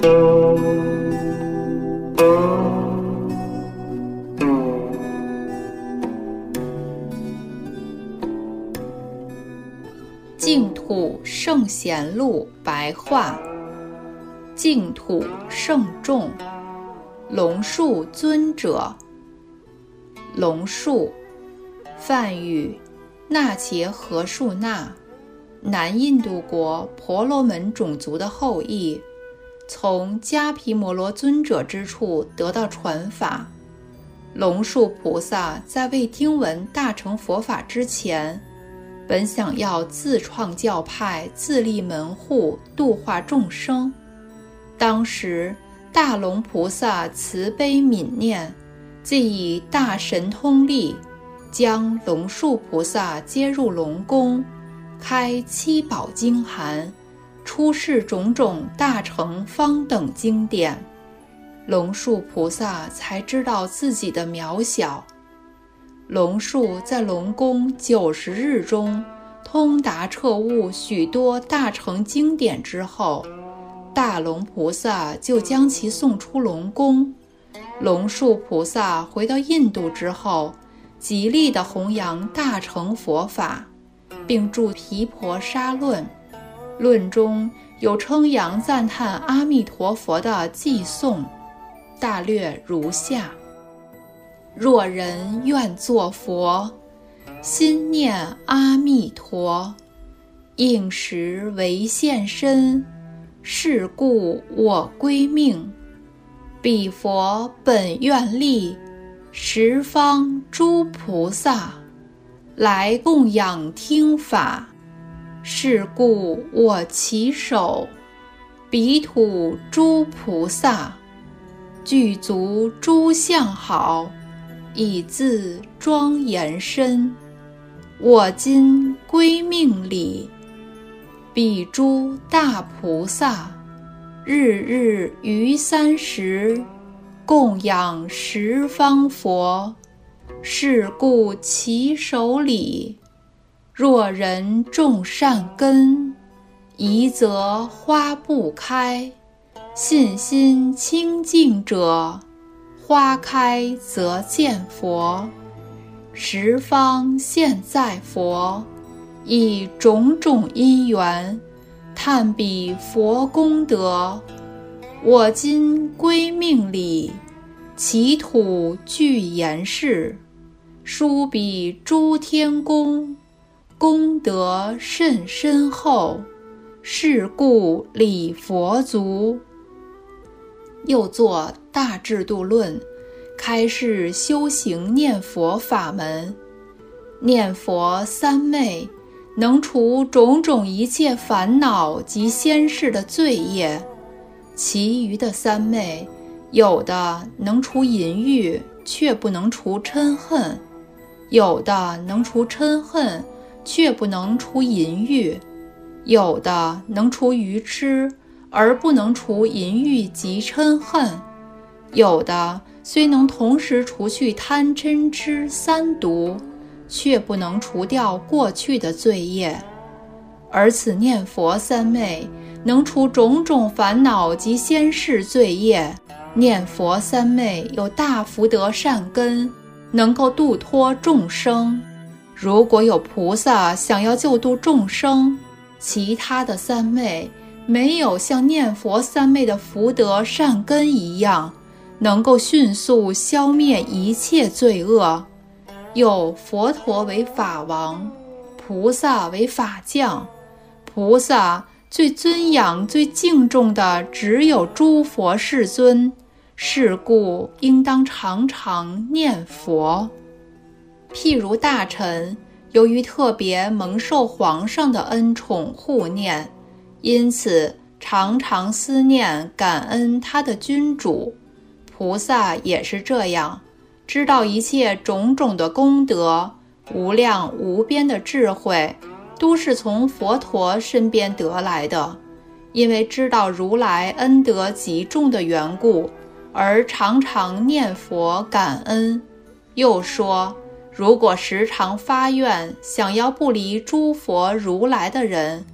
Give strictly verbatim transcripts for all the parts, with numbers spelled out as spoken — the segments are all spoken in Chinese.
净土圣贤录白话。净土圣众，龙树尊者。龙树，梵语那伽何树那，南印度国婆罗门种族的后裔，从迦毗摩罗尊者之处得到传法。龙树菩萨在未听闻大乘佛法之前，本想要自创教派，自立门户，度化众生。当时大龙菩萨慈悲悯念，即以大神通力，将龙树菩萨接入龙宫，开七宝经函，出示种种大乘方等经典。龙树菩萨才知道自己的渺小。龙树在龙宫九十日中通达彻悟许多大乘经典之后，大龙菩萨就将其送出龙宫。龙树菩萨回到印度之后，极力地弘扬大乘佛法，并著《毗婆沙论》，论中有称扬赞叹阿弥陀佛的偈颂，大略如下：若人愿作佛，心念阿弥陀，应时为现身，是故我归命。彼佛本愿力，十方诸菩萨来供养听法，是故我起手，彼土诸菩萨具足诸相好，以自庄严身。我今归命礼，彼诸大菩萨日日于三时供养十方佛，是故其手礼。若人种善根，宜则花不开，信心清净者，花开则见佛。十方现在佛，以种种因缘探彼佛功德。我今归命礼，其土具严饰，殊比诸天宫，功德甚深厚，是故礼佛足。又作《大智度论》，开示修行念佛法门。念佛三昧，能除种种一切烦恼及先世的罪业。其余的三昧，有的能除淫欲，却不能除嗔恨；有的能除嗔恨，却不能除淫欲；有的能除愚痴，而不能除淫欲及嗔恨；有的虽能同时除去贪嗔痴三毒，却不能除掉过去的罪业。而此念佛三昧，能除种种烦恼及先世罪业。念佛三昧有大福德善根，能够度脱众生。如果有菩萨想要救度众生，其他的三昧没有像念佛三昧的福德善根一样，能够迅速消灭一切罪恶。有佛陀为法王，菩萨为法将。菩萨最尊仰最敬重的只有诸佛世尊，是故应当常常念佛。譬如大臣，由于特别蒙受皇上的恩宠护念，因此常常思念感恩他的君主。菩萨也是这样，知道一切种种的功德，无量无边的智慧，都是从佛陀身边得来的。因为知道如来恩德极重的缘故，而常常念佛感恩。又说，如果时常发愿，想要不离诸佛如来的人，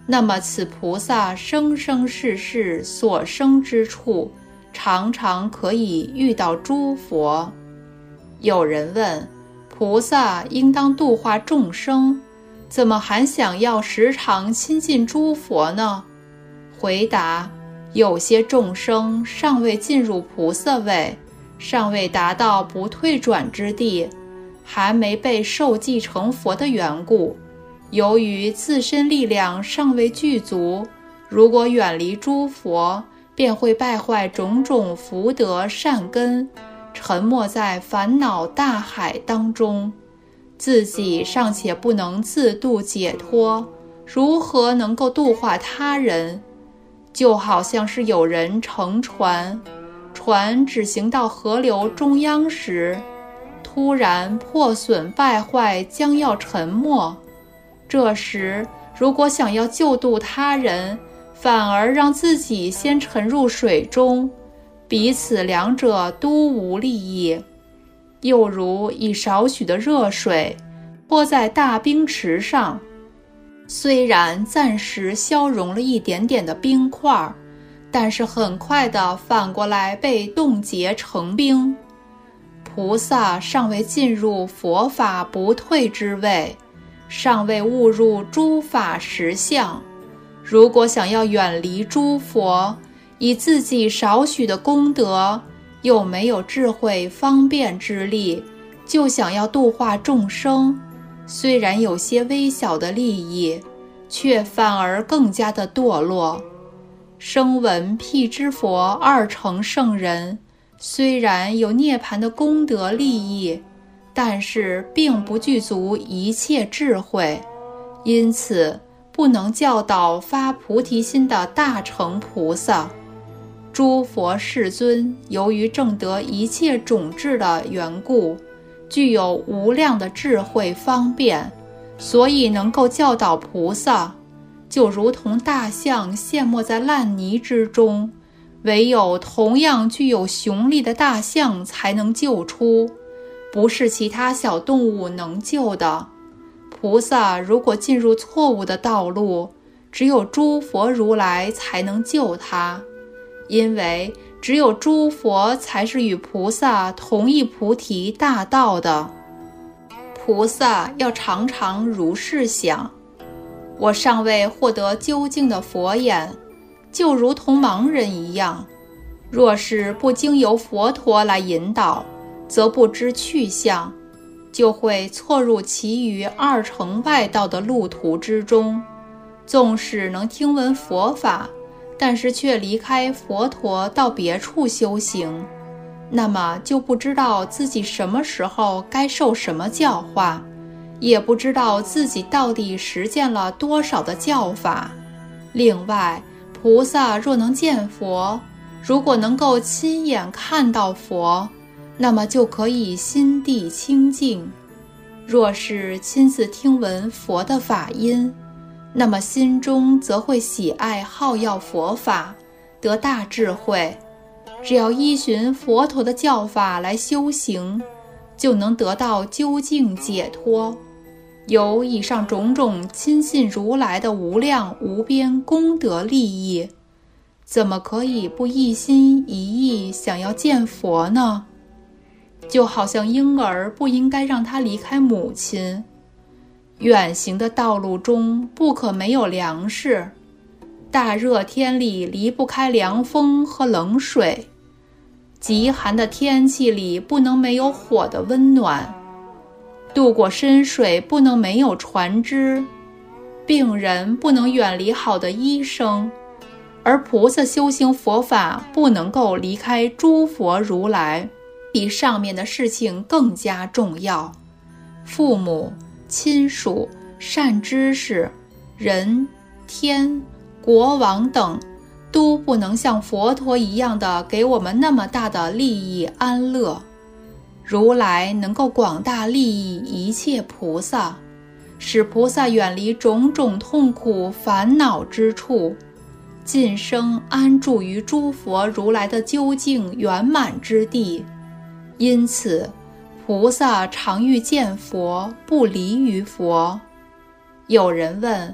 那么此菩萨生生世世所生之处，常常可以遇到诸佛。有人问，菩萨应当度化众生，怎么还想要时常亲近诸佛呢？回答，有些众生尚未进入菩萨位，尚未达到不退转之地，还没被受记成佛的缘故，由于自身力量尚未具足，如果远离诸佛，便会败坏种种福德善根，沉没在烦恼大海当中，自己尚且不能自度解脱，如何能够度化他人？就好像是有人乘船，船只行到河流中央时，突然破损败坏，将要沉没。这时如果想要救度他人，反而让自己先沉入水中，彼此两者都无利益。又如以少许的热水泼在大冰池上，虽然暂时消融了一点点的冰块，但是很快的反过来被冻结成冰。菩萨尚未进入佛法不退之位，尚未悟入诸法实相，如果想要远离诸佛，以自己少许的功德，又没有智慧方便之力，就想要度化众生，虽然有些微小的利益，却反而更加的堕落。声闻辟支佛二乘圣人，虽然有涅槃的功德利益，但是并不具足一切智慧，因此不能教导发菩提心的大乘菩萨。诸佛世尊由于证得一切种智的缘故，具有无量的智慧方便，所以能够教导菩萨，就如同大象陷没在烂泥之中，唯有同样具有雄力的大象才能救出，不是其他小动物能救的。菩萨如果进入错误的道路，只有诸佛如来才能救他，因为只有诸佛才是与菩萨同一菩提大道的。菩萨要常常如是想，我尚未获得究竟的佛眼，就如同盲人一样，若是不经由佛陀来引导，则不知去向，就会错入其余二乘外道的路途之中。纵使能听闻佛法，但是却离开佛陀到别处修行，那么就不知道自己什么时候该受什么教化，也不知道自己到底实践了多少的教法。另外，菩萨若能见佛，如果能够亲眼看到佛，那么就可以心地清净。若是亲自听闻佛的法音，那么心中则会喜爱好要佛法，得大智慧。只要依循佛陀的教法来修行，就能得到究竟解脱。有以上种种亲信如来的无量无边功德利益，怎么可以不一心一意想要见佛呢？就好像婴儿不应该让他离开母亲，远行的道路中不可没有粮食，大热天里离不开凉风和冷水，极寒的天气里不能没有火的温暖，渡过深水不能没有船只，病人不能远离好的医生，而菩萨修行佛法不能够离开诸佛如来，比上面的事情更加重要。父母、亲属、善知识、人、天、国王等，都不能像佛陀一样的给我们那么大的利益安乐。如来能够广大利益一切菩萨，使菩萨远离种种痛苦烦恼之处，尽生安住于诸佛如来的究竟圆满之地。因此菩萨常欲见佛，不离于佛。有人问，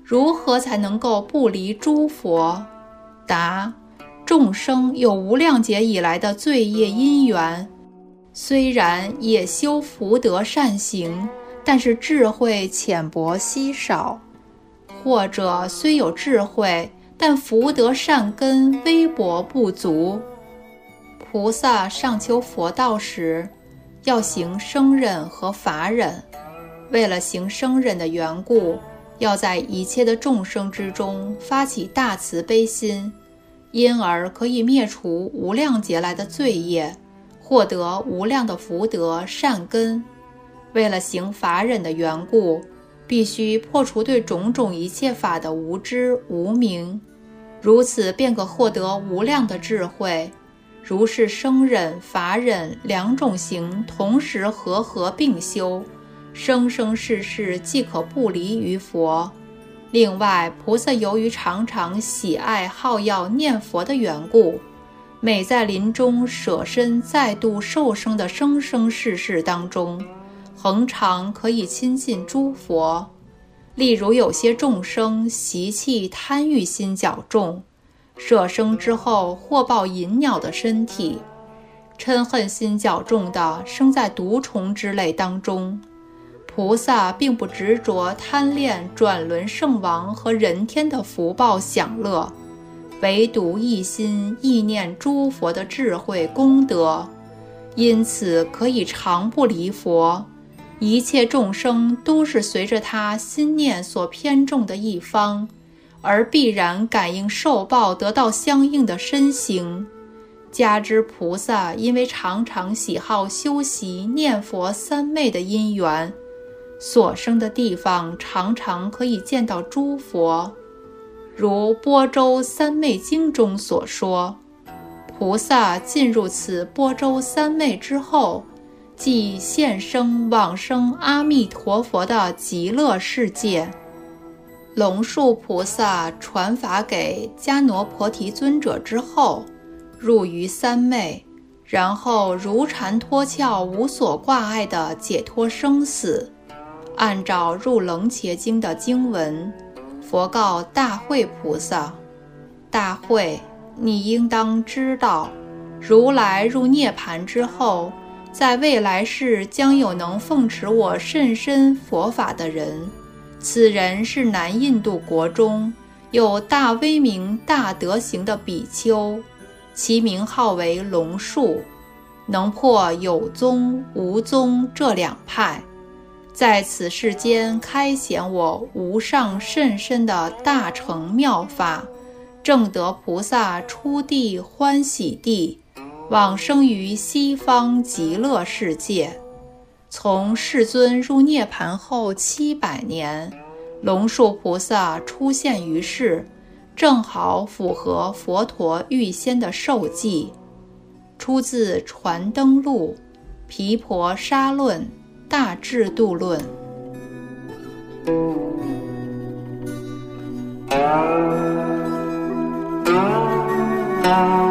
如何才能够不离诸佛？答：众生有无量劫以来的罪业因缘，虽然也修福德善行，但是智慧浅薄稀少；或者虽有智慧，但福德善根微薄不足。菩萨上求佛道时，要行生忍和法忍。为了行生忍的缘故，要在一切的众生之中发起大慈悲心，因而可以灭除无量劫来的罪业，获得无量的福德善根。为了行法忍的缘故，必须破除对种种一切法的无知无明，如此便可获得无量的智慧。如是生忍法忍两种行同时和合并修，生生世世即可不离于佛。另外，菩萨由于常常喜爱好要念佛的缘故，每在临终舍身再度受生的生生世世当中，恒常可以亲近诸佛。例如有些众生习气贪欲心较重，舍生之后或报银鸟的身体，嗔恨心较重的生在毒虫之类当中。菩萨并不执着贪恋转轮圣王和人天的福报享乐，唯独一心意念诸佛的智慧功德，因此可以常不离佛。一切众生都是随着他心念所偏重的一方，而必然感应受报，得到相应的身形。加之菩萨因为常常喜好修习念佛三昧的因缘，所生的地方常常可以见到诸佛。如般舟三昧经中所说，菩萨进入此般舟三昧之后，即现生往生阿弥陀佛的极乐世界。龙树菩萨传法给迦耨婆提尊者之后，入于三昧，然后如禅脱壳，无所挂碍地解脱生死。按照入楞伽经的经文，佛告大慧菩萨：大慧，你应当知道，如来入涅盘之后，在未来世将有能奉持我甚深佛法的人。此人是南印度国中有大威名大德行的比丘，其名号为龙树，能破有宗无宗这两派，在此世间开显我无上甚深的大乘妙法，正得菩萨初地欢喜地，往生于西方极乐世界。从世尊入涅盘后七百年，龙树菩萨出现于世，正好符合佛陀预先的授记。出自《传灯录》《毗婆沙论》《大智度论》。 啊